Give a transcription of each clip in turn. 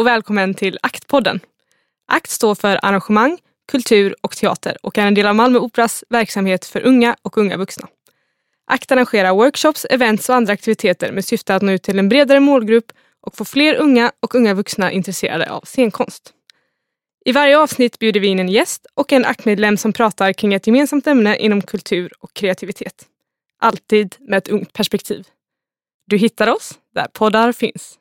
och välkommen till ACT-podden. ACT står för arrangemang, kultur och teater och är en del av Malmö Operas verksamhet för unga och unga vuxna. ACT arrangerar workshops, events och andra aktiviteter med syfte att nå ut till en bredare målgrupp och få fler unga och unga vuxna intresserade av scenkonst. I varje avsnitt bjuder vi in en gäst och en ACT-medlem som pratar kring ett gemensamt ämne inom kultur och kreativitet. Alltid med ett ungt perspektiv. Du hittar oss där poddar finns.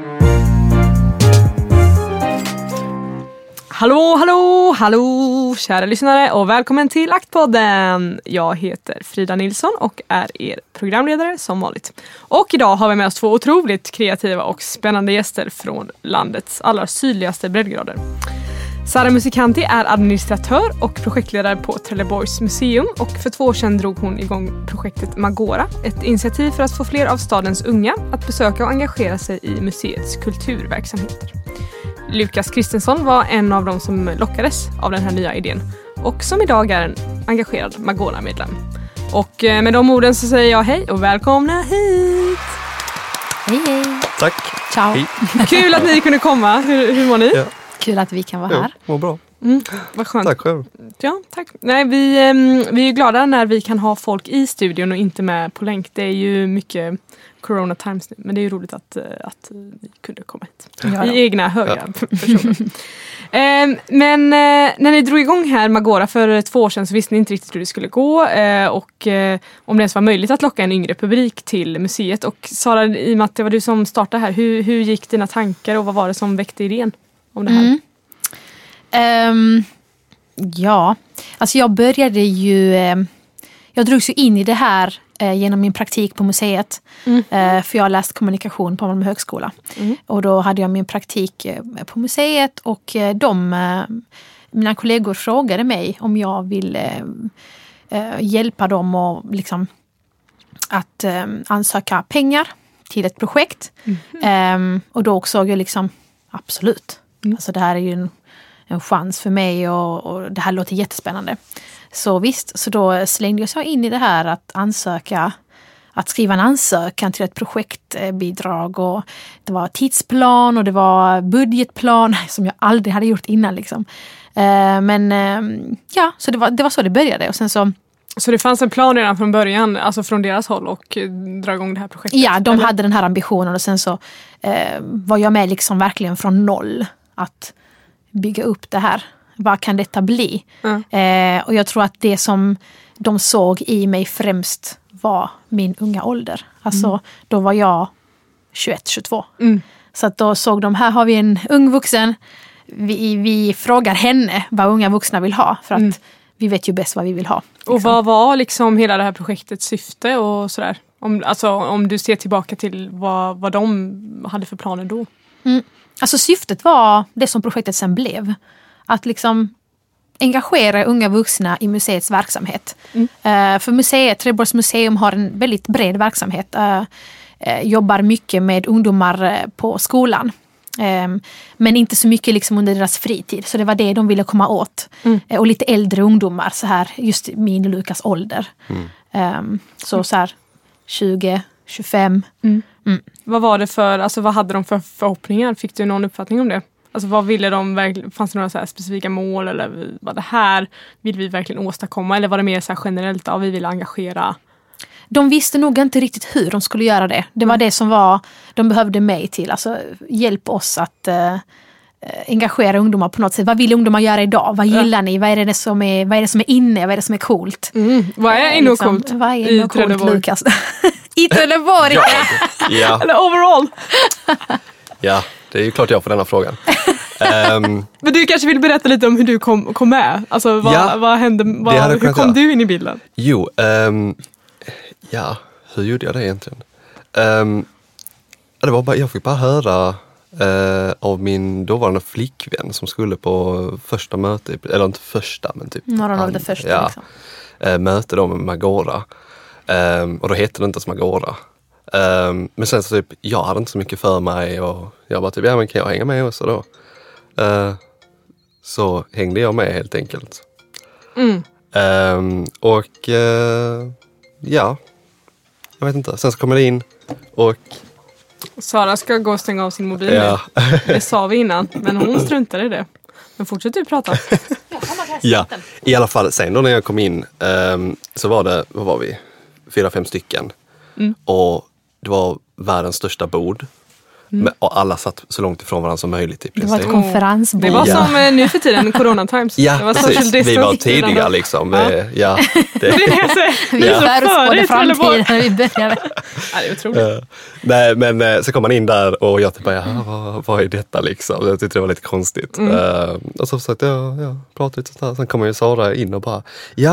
Hallå, kära lyssnare och välkommen till ACT-podden. Jag heter Frida Nilsson och är er programledare som vanligt. Och idag har vi med oss två otroligt kreativa och spännande gäster från landets allra sydligaste breddgrader. Sara Musikanti är administratör och projektledare på Trelleborgs museum och för 2 år sedan drog hon igång projektet Magora, ett initiativ för att få fler av stadens unga att besöka och engagera sig i museets kulturverksamheter. Lukas Kristensson var en av dem som lockades av den här nya idén och som idag är en engagerad Magora-medlem. Och med de orden så säger jag hej och välkomna hit! Hej! Tack! Ciao! Hej. Kul att ni kunde komma, hur mår ni? Ja. Kul att vi kan vara här. Mår bra. Vad skönt. Tack själv. Ja, tack. Nej, vi är glada när vi kan ha folk i studion och inte med på länk. Det är ju mycket corona times nu, men det är ju roligt att ni kunde komma hit. Ja, I egna höga personer. Men när ni drog igång här Magora för 2 år sedan så visste ni inte riktigt hur det skulle gå och om det ens var möjligt att locka en yngre publik till museet. Och Sara, i och med att det var du som startade här, hur gick dina tankar och vad var det som väckte idén om det här? Ja, alltså jag började ju, jag drogs ju in i det här genom min praktik på museet. För jag har läst kommunikation på Malmö högskola. Och då hade jag min praktik på museet och mina kollegor frågade mig om jag ville hjälpa dem och liksom att ansöka pengar till ett projekt. Och då såg jag liksom, absolut. Alltså det här är ju en chans för mig och det här låter jättespännande. Så visst, så då slängde jag in i det här att skriva en ansökan till ett projektbidrag och det var tidsplan och det var budgetplan som jag aldrig hade gjort innan liksom. Men ja, så det var så det började och sen så. Så det fanns en plan redan från början, alltså från deras håll och dra igång det här projektet? Ja, de hade den här ambitionen och sen så var jag med liksom verkligen från noll att bygga upp det här. Vad kan detta bli? Och jag tror att det som de såg i mig främst var min unga ålder. Alltså då var jag 21-22. Så att då såg de, här har vi en ung vuxen. Vi frågar henne vad unga vuxna vill ha. För att vi vet ju bäst vad vi vill ha. Liksom. Och vad var liksom hela det här projektets syfte och sådär? Om du ser tillbaka till vad de hade för planer då? Alltså syftet var det som projektet sen blev. Att liksom engagera unga vuxna i museets verksamhet. För museet, Trelleborgs museum har en väldigt bred verksamhet. Jobbar mycket med ungdomar på skolan. Men inte så mycket liksom under deras fritid. Så det var det de ville komma åt. Och lite äldre ungdomar, så här, just min och Lukas ålder. Så här 20, 25. Vad var det för, alltså vad hade de för förhoppningar? Fick du någon uppfattning om det? Alltså vad ville de verkligen, fanns det några så här specifika mål eller vad det här vill vi verkligen åstadkomma? Eller var det mer så här generellt att vi vill engagera? De visste nog inte riktigt hur de skulle göra det. Det var det som var, de behövde mig till. Alltså hjälp oss att engagera ungdomar på något sätt. Vad vill ungdomar göra idag? Vad gillar ni? Vad är det som är inne? Vad är det som är coolt? Vad är inne och coolt? Vad är inne och coolt, Lukas? I Trelleborg! Ja. Eller overall? Ja, det är ju klart jag får denna frågan. Men du kanske vill berätta lite om hur du kom med? Alltså vad hände? Hur kom du in i bilden? Jo, hur gjorde jag det egentligen? Det var bara, jag fick bara höra av min dåvarande flickvän som skulle på första möte, eller inte första men typ någon av det första liksom. Möte då med Magora. Och då hette det inte ens Magora. Men sen så typ, jag hade inte så mycket för mig och jag bara typ, ja men kan jag hänga med också då? Så hängde jag med helt enkelt. Ja, jag vet inte. Sen så kom jag in och Sara ska gå och stänga av sin mobil Ja. nu. Det sa vi innan, men hon struntade i det. Men fortsätt du prata. Ja, i alla fall sen då när jag kom in så var det, vad var vi? 4-5 stycken. Och det var världens största bord. Och alla satt så långt ifrån varandra som möjligt i Det var princip. ett konferensbord. Det var Ja. som nu för tiden, Corona Times. Ja, det var precis. Vi var tidiga liksom. Ja. Ja, Det är det jag säger. Vi Vi är så förutspådde före framtiden Trelleborg. när vi började. Ja, det är otroligt. Nej, men så kom man in där och jag typ bara, vad är detta liksom? Jag tyckte det var lite konstigt. Och så försökte jag prata lite sådär. Sen kommer ju Sara in och bara,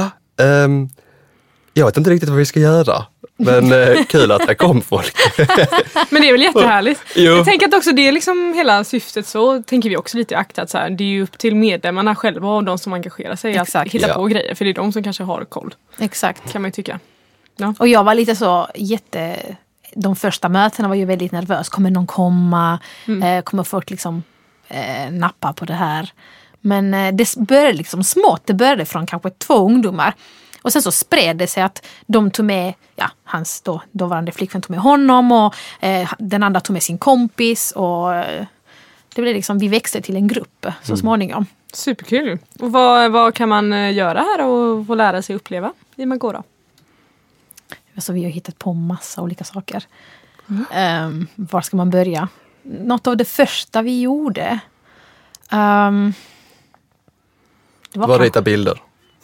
jag vet inte riktigt vad vi ska göra. Men kul att det kom folk. Men det är väl jättehärligt. Jo. Jag tänker att också det är liksom hela syftet, så tänker vi också lite i akt att så här, det är ju upp till medlemmarna själva och de som engagerar sig Exakt. att hitta Ja. på grejer. För det är de som kanske har koll, Exakt. kan man ju tycka. Och jag var lite så de första mötena var ju väldigt nervös. Kommer någon komma? Kommer folk liksom nappa på det här? Men det började liksom smått. Det började från kanske 2 ungdomar. Och sen så spred det sig att de tog med, hans dåvarande flickvän tog med honom och den andra tog med sin kompis. Och det blev liksom, vi växte till en grupp så småningom. Superkul. Och vad kan man göra här och få lära sig uppleva i Magora? Så vi har hittat på massa olika saker. Var ska man börja? Något av det första vi gjorde. Det Bara rita bilder.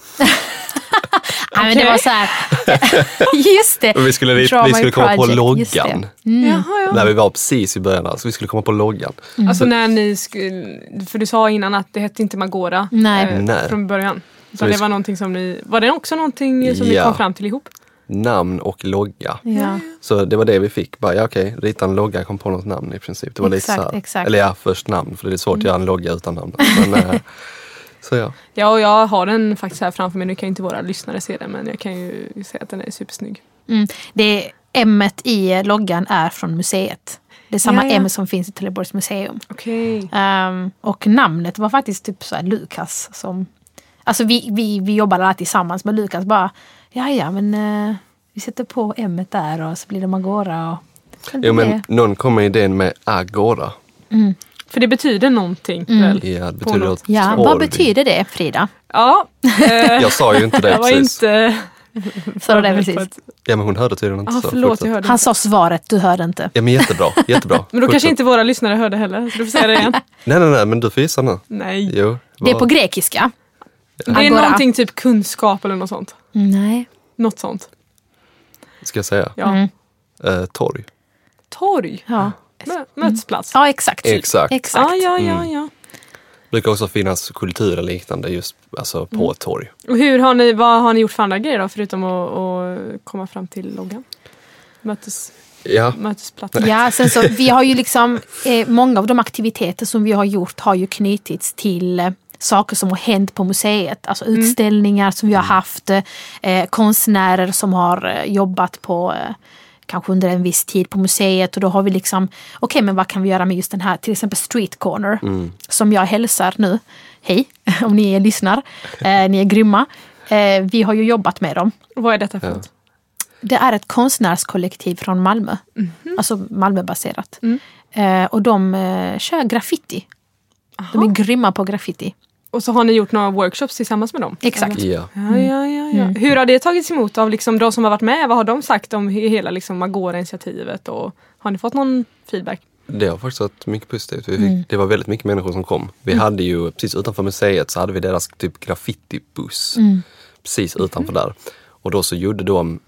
Nej, men det var så här. Just det. Och vi skulle Drama komma på project, just det. loggan. Jaha, ja. När vi var precis i början. Så vi skulle komma på loggan. Alltså när ni för du sa innan att det hette inte Magora Nej. Nej. från början. Så Så det vi var någonting som ni, var det också någonting som ni Ja. kom fram till ihop? Namn och logga. Ja. Så det var det vi fick. Bara, okej, rita en logga, kom på något namn i princip. Det var Exakt, lite så här. exakt. Eller först namn, för det är svårt att göra en logga utan namn. Men, så ja. Ja, och jag har den faktiskt här framför mig. Nu kan ju inte våra lyssnare se den, men jag kan ju säga att den är supersnygg. Det M-et i loggan är från museet. Det är samma Ja, ja. M som finns i Trelleborgs museum. Okej. Och namnet var faktiskt typ så här Lukas som... Alltså vi jobbade alla tillsammans med Lukas. Bara, men vi sätter på M-et där och så blir det Magora. Och, Jo, men någon kom med idén med Agora. För det betyder någonting väl? Ja, det På betyder något. Ja, torv. vad betyder det, Frida? Ja. Jag sa ju inte det Jag var precis. inte... Sa du det precis? Ja, men hon hörde tydligen inte Ja, så. förlåt, fruktansvärt. jag hörde Han inte. sa svaret, du hörde inte. Ja, men jättebra. Jättebra. Men då kanske Fortsätt. inte våra lyssnare hörde heller. Så du får säga det igen. Nej, men du får gissa nu. Nej. Jo. Det är på grekiska. Det är Agora. någonting typ kunskap eller något sånt. Nej. Något sånt. Ska jag säga? Ja. Torg. Torg. Ja, Mötesplats. ja exakt. Exakt. Exakt. Ja. Det brukar också finnas kultur eller liknande just alltså, på ett torg. Och vad har ni gjort för andra grejer då? Förutom att komma fram till loggan? Ja. Mötesplatsen. Ja, sen så vi har ju liksom många av de aktiviteter som vi har gjort har ju knutits till saker som har hänt på museet. Alltså utställningar som vi har haft, konstnärer som har jobbat på kanske under en viss tid på museet, och då har vi liksom okej, men vad kan vi göra med just den här, till exempel Street Corner som jag hälsar nu. Hej, om ni lyssnar. Ni är grymma. Vi har ju jobbat med dem. Vad är detta för något? Det är ett konstnärskollektiv från Malmö. Alltså Malmöbaserat. Och de kör graffiti. De är grymma på graffiti. Och så har ni gjort några workshops tillsammans med dem? Exakt. Ja. Ja. Hur har det tagits emot av liksom de som har varit med? Vad har de sagt om hela liksom Magora-initiativet? Och har ni fått någon feedback? Det har faktiskt varit mycket positivt. Det var väldigt mycket människor som kom. Vi hade ju, precis utanför museet så hade vi deras typ graffitibuss. Precis utanför där. Och då så gjorde de,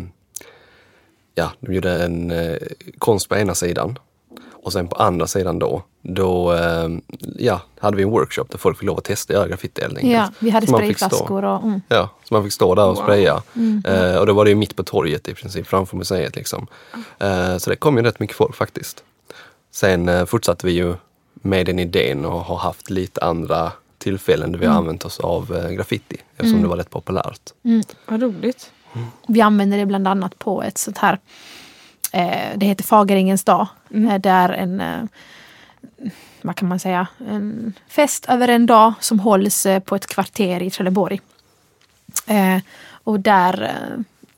de gjorde en konst på ena sidan. Och sen på andra sidan då hade vi en workshop där folk fick lov att testa att göra graffitieldning. Ja, vi hade Så man fick sprayflaskor och... Ja, så man fick stå där och spraya. Och då var det ju mitt på torget i princip, framför museet liksom. Så det kom ju rätt mycket folk faktiskt. Sen fortsatte vi ju med den idén och har haft lite andra tillfällen där vi har använt oss av graffiti. Eftersom det var rätt populärt. Vad roligt. Vi använder det bland annat på ett sånt här... det heter Fageringens dag. Det är en... vad kan man säga? En fest över en dag som hålls på ett kvarter i Trelleborg. Och där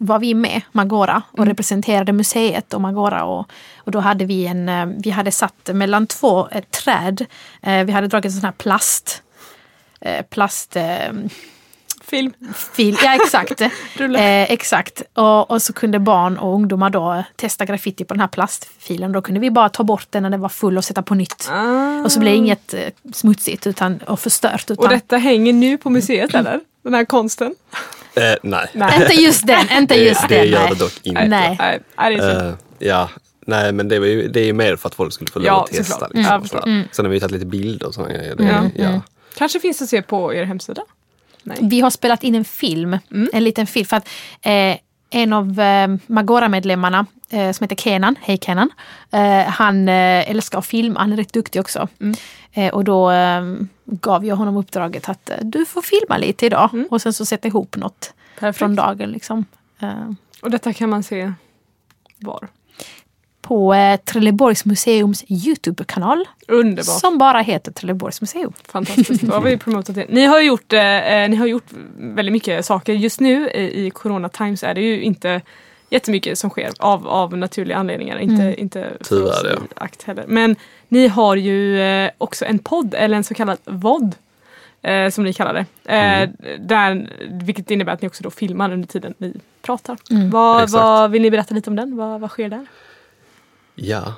var vi med Magora och representerade museet och Magora och då hade vi hade satt mellan 2 träd. Vi hade dragit en sån här plast Film. Ja, exakt. Exakt. Och så kunde barn och ungdomar då testa graffiti på den här plastfilen. Då kunde vi bara ta bort den när den var full och sätta på nytt. Och så blev det inget smutsigt och förstört. Och detta hänger nu på museet eller? Den här konsten? Nej. Inte just den. Det gör det dock inte. Nej. Ja, nej men det är ju mer för att folk skulle få lov att testa. Liksom, sen har vi tagit lite bilder och sådana grejer. Kanske finns det att se på er hemsida? Nej. Vi har spelat in en film, en liten film, för att en av Magora-medlemmarna som heter Kenan, hej Kenan, han älskar att filma, han är rätt duktig också. Och då gav jag honom uppdraget att du får filma lite idag och sen så sätta ihop något från dagen. Liksom. Och detta kan man se var? På Trelleborgs museums YouTube-kanal. Underbart. Som bara heter Trelleborgs museum. Fantastiskt, då har vi promotat det. Ni har gjort väldigt mycket saker. Just nu i Corona Times är det ju inte jättemycket som sker av naturliga anledningar. Inte för oss i akt heller. Men ni har ju också en podd, eller en så kallad VOD. Som ni kallar det. Vilket innebär att ni också då filmar under tiden ni pratar. Vad vill ni berätta lite om den? Vad sker där? Ja,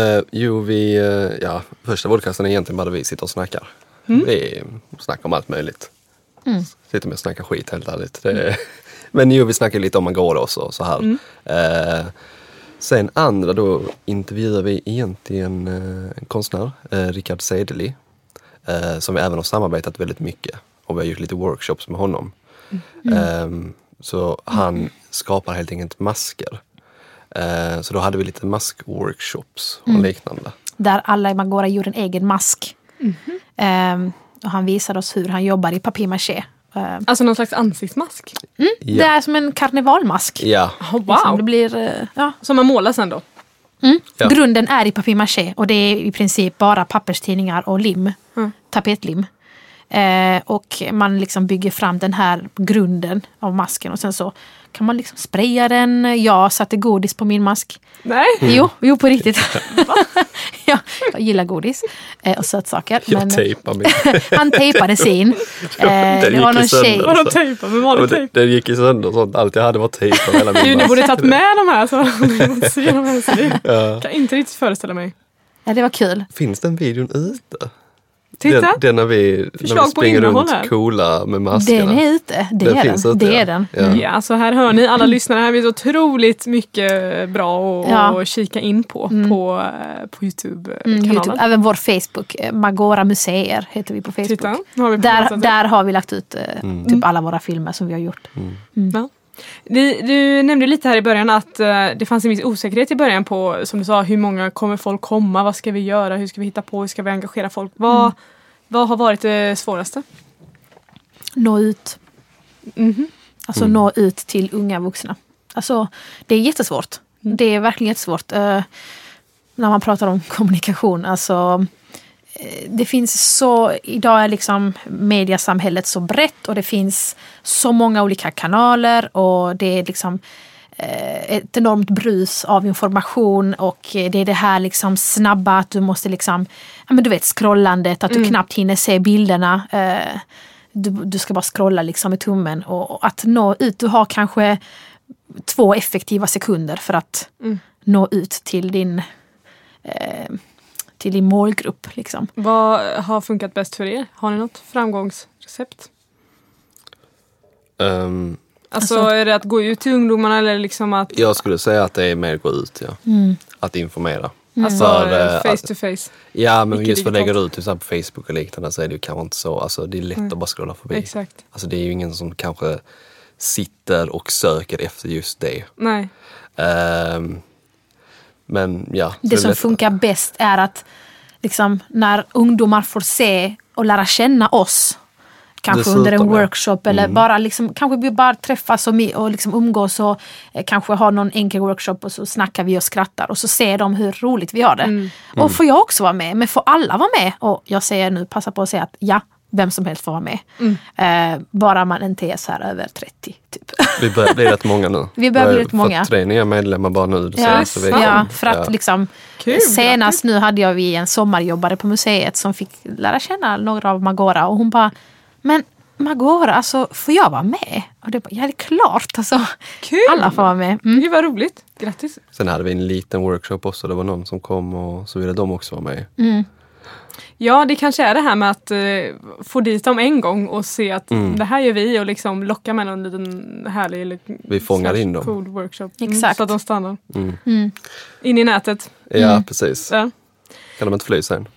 första vodcasten är egentligen bara vi sitter och snackar. Vi snackar om allt möjligt. Sitter med och snackar skit helt ärligt. Men vi snackar lite om Magora också och så här. Sen andra då intervjuar vi egentligen en konstnär, Rickard Sedeli, som vi även har samarbetat väldigt mycket. Och vi har gjort lite workshops med honom. Så han skapar helt enkelt masker. Så då hade vi lite maskworkshops och liknande. Där alla i Magora gjorde en egen mask. Och han visade oss hur han jobbar i papier-maché. Alltså någon slags ansiktsmask? Det är som en karnevalmask. Ja. Oh, wow. Det blir, som man målar sen då? Ja. Grunden är i papier-maché och det är i princip bara papperstidningar och lim. Tapetlim. Och man liksom bygger fram den här grunden av masken och sen så kan man liksom spraya den. Jag satte godis på min mask. Nej. Jo på riktigt. Jag gillar godis och sötsaker. Jag tejpar mig. Han tejpade sin. Det var någon tjej. Vadå tejpa? Men var det tejp? Det gick i sönder och sånt. Allt jag hade var tejp på hela min Ni borde tagit med de här så ni måste se de här. Kan inte riktigt föreställa mig. Ja, det var kul. Finns den videon ute? Titta. Den när vi springer runt här. Coola med maskerna. Den är ute. Det är den. Ja, så här hör ni alla lyssnare. Här finns otroligt mycket bra att kika in på YouTube-kanalen. Även vår Facebook, Magora Museer heter vi på Facebook. Titta, har vi där har vi lagt ut typ alla våra filmer som vi har gjort. Ja. Du nämnde lite här i början att det fanns en viss osäkerhet i början på, som du sa, hur många kommer folk komma, vad ska vi göra, hur ska vi hitta på, hur ska vi engagera folk. Vad har varit det svåraste? Nå ut. Alltså nå ut till unga vuxna. Alltså det är jättesvårt. Det är verkligen jättesvårt när man pratar om kommunikation. Alltså det finns så, idag är liksom mediasamhället så brett och det finns så många olika kanaler och det är liksom ett enormt brus av information och det är det här liksom snabba att du måste liksom, du vet, scrollandet, att du knappt hinner se bilderna. Du ska bara scrolla liksom med tummen och att nå ut, du har kanske 2 effektiva sekunder för att nå ut till din målgrupp liksom. Vad har funkat bäst för er? Har ni något framgångsrecept? Alltså är det att gå ut till ungdomarna eller liksom att... Jag skulle säga att det är mer gå ut, att informera. Alltså face to face. Ja, men just för att lägga ut på Facebook och liknande så är det ju kanske inte så. Alltså det är lätt att bara scrolla förbi. Exakt. Alltså det är ju ingen som kanske sitter och söker efter just det. Nej. Men ja. Det som funkar bäst är att liksom, när ungdomar får se och lära känna oss, kanske under en workshop eller bara liksom, kanske vi bara träffas och liksom umgås och kanske ha någon enkel workshop och så snackar vi och skrattar och så ser de hur roligt vi har det. Och får jag också vara med, men får alla vara med? Och jag säger nu, passa på att säga att vem som helst får vara med. Bara man inte är så här över 30 typ. Vi börjar bli rätt många nu. Vi börjar bli rätt många. 3 nya medlemmar bara nu. Ja, för att liksom Kul, senast nu hade vi en sommarjobbare på museet som fick lära känna några av Magora och hon bara, men Magora, alltså får jag vara med? Och det bara, ja det är klart, alltså. Kul. Alla får vara med. Gud vad roligt. Grattis. Sen hade vi en liten workshop också. Det var någon som kom och så ville de också vara med. Ja, det kanske är det här med att få dit dem en gång och se att det här gör vi och liksom locka med någon liten härlig eller Vi fångar in dem. cool workshop. Exakt. Så att de stannar. In i nätet. Ja, precis. Ja. Kan de inte fly sen?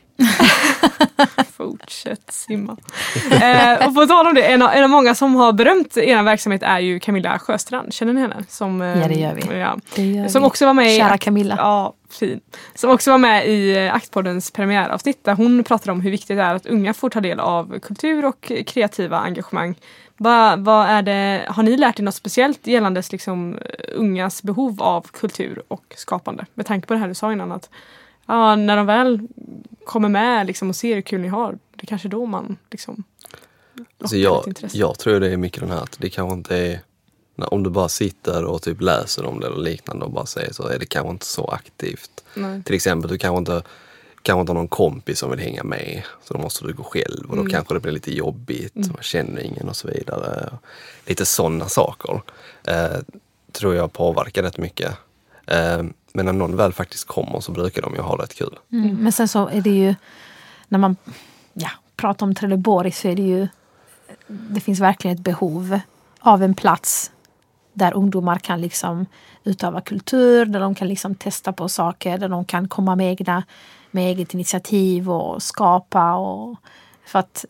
Fortsätt simma. Och på tal om det, en av många som har berömt er verksamhet är ju Camilla Sjöstrand. Känner ni henne? Som, Ja, det gör vi. Ja. Det gör Som vi. också var med Kära Camilla. Ja, fin. Som också var med i Aktpoddens premiäravsnitt där hon pratade om hur viktigt det är att unga får ta del av kultur och kreativa engagemang. Vad är det, har ni lärt er något speciellt gällande liksom, ungas behov av kultur och skapande? Med tanke på det här du sa innan att när de väl kommer med liksom, och ser hur kul ni har, det är kanske då man liksom Alltså jag tror det är mycket den här att det kanske inte är om du bara sitter och typ läser om det eller liknande och bara säger så är det kanske inte så aktivt. Nej. Till exempel du kanske inte har någon kompis som vill hänga med så då måste du gå själv och då kanske det blir lite jobbigt man känner ingen och så vidare. Lite sådana saker tror jag påverkar rätt mycket. Men när någon väl faktiskt kommer så brukar de ju ha rätt kul. Men sen så är det ju när man pratar om Trelleborg så är det ju det finns verkligen ett behov av en plats där ungdomar kan liksom utöva kultur, där de kan liksom testa på saker, där de kan komma med eget initiativ och skapa och för att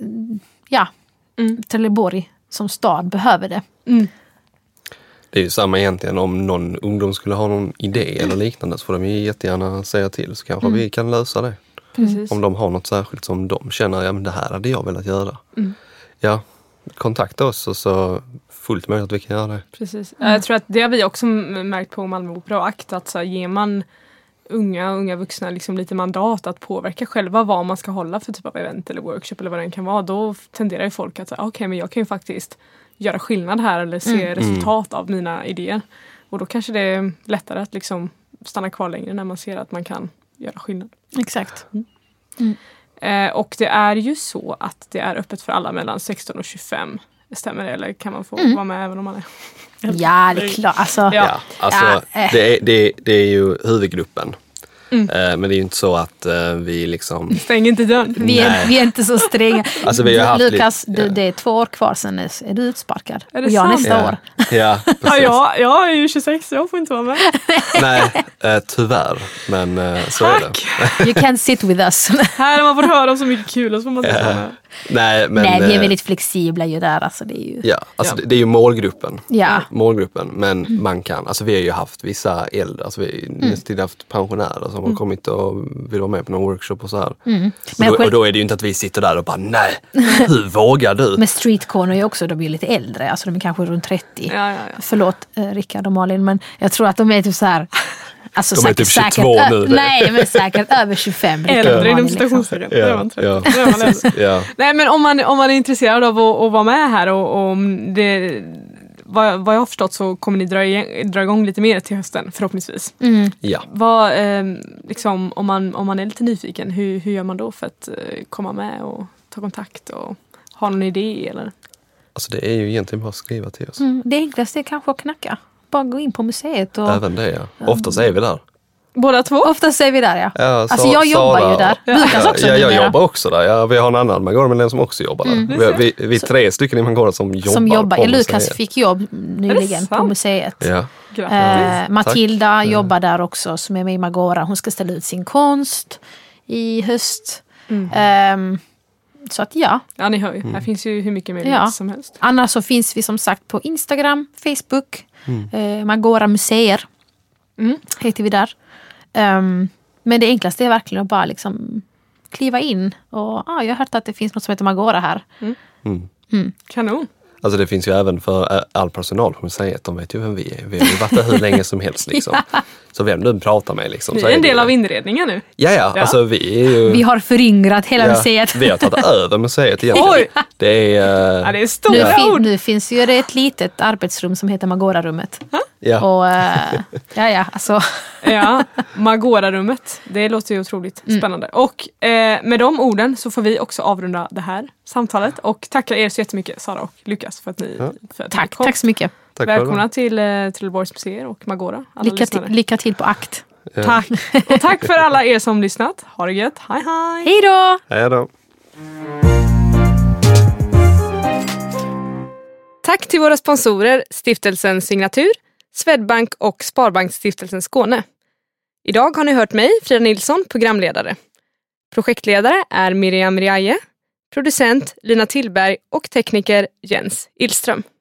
Trelleborg som stad behöver det. Det är ju samma egentligen om någon ungdom skulle ha någon idé eller liknande så får de ju jättegärna säga till så kanske vi kan lösa det. Precis. Om de har något särskilt som de känner, ja men det här hade jag velat göra. Ja, kontakta oss och så fullt möjligt att vi kan göra det. Precis. Jag tror att det har vi också märkt på Malmö Opera och Akt att så här, ger man unga vuxna liksom lite mandat att påverka själva vad man ska hålla för typ av event eller workshop eller vad det kan vara, då tenderar ju folk att säga okej, men jag kan ju faktiskt göra skillnad här eller se resultat av mina idéer. Och då kanske det är lättare att liksom stanna kvar längre när man ser att man kan göra skillnad. Exakt. Och det är ju så att det är öppet för alla mellan 16 och 25. Stämmer det? Eller kan man få vara med även om man är... Ja, det är klart. Alltså, Det är ju huvudgruppen. Men det är ju inte så att vi liksom... Stäng inte dörren. vi är inte så stränga. Alltså, vi har haft Lukas, det är 2 år kvar sen är du utsparkad. Är det och jag sant? nästa år. Ja, precis. Jag är ju 26 jag får inte vara med. Nej, tyvärr. Men så är det. You can't sit with us. Här har man fått höra om så mycket kul och så får man inte vara med. Nej, men, Nej, vi är väldigt flexibla ju där. Alltså, det är ju... Ja, alltså det är ju målgruppen. Ja. Målgruppen, men man kan, alltså vi har ju haft vissa äldre, alltså vi har nästan haft pensionärer som har kommit och vill vara med på någon workshop och så här. Och då är det ju inte att vi sitter där och bara nej, hur vågar du? Men streetcorner är ju också, de är lite äldre, alltså de är kanske runt 30. Ja. Förlåt Rickard och Malin, men jag tror att de är typ så här. Alltså de är typ 22 nu. Nej, men säkert över 25. Äldre inom citationstecken. Ja. Nej, men om man är intresserad av att vara med här och om det... Vad jag har förstått så kommer ni dra igång lite mer till hösten, förhoppningsvis. Ja. Vad, liksom, om man är lite nyfiken, hur gör man då för att komma med och ta kontakt och ha någon idé? Eller? Alltså det är ju egentligen bara att skriva till oss. Det enklaste är kanske att knacka. Bara gå in på museet. Och... Även det, ja. Oftast är vi där. Båda två? Oftast är vi där, ja. Alltså jag jobbar ju där. Lukas också. Ja, jag jobbar också där. Ja, vi har en annan Magora som också jobbar där. Vi är 3 stycken i Magora som jobbar på Lukas museet. fick jobb nyligen på museet. Ja. Matilda jobbar där också som är med i Magora. Hon ska ställa ut sin konst i höst. Så att ja. Ja, ni hör ju. Här finns ju hur mycket möjlighet som helst. Annars så finns vi som sagt på Instagram, Facebook, Magora museer heter vi där. Men det enklaste är verkligen att bara liksom kliva in och jag har hört att det finns något som heter Magora här. Kanon. Alltså det finns ju även för all personal på museet, de vet ju vem vi är. Vi har ju varit där hur länge som helst liksom. Så vem du pratar med liksom. Vi är en del av inredningen nu. Ja. Alltså vi är ju... Vi har föryngrat hela museet. Vi har tagit över museet egentligen. Oj! Det är... Det är stora ord. Nu finns ju ett litet arbetsrum som heter Magora-rummet. Ja. Och alltså. Ja, Magora-rummet. Det låter ju otroligt spännande. Och med de orden så får vi också avrunda det här samtalet. Och tacka er så jättemycket, Sara och Lukas, för att ni Tack så mycket. Tack välkomna till Trelleborgs museer och Magora. Lycka till på akt. Ja. Tack. Och tack för alla er som lyssnat. Ha det gött. Hej hej. Hej då! Hej då. Tack till våra sponsorer Stiftelsen Signatur, Swedbank och Sparbanksstiftelsen Skåne. Idag har ni hört mig, Frida Nilsson, programledare. Projektledare är Miriam Riaje, producent Lina Tillberg och tekniker Jens Illström.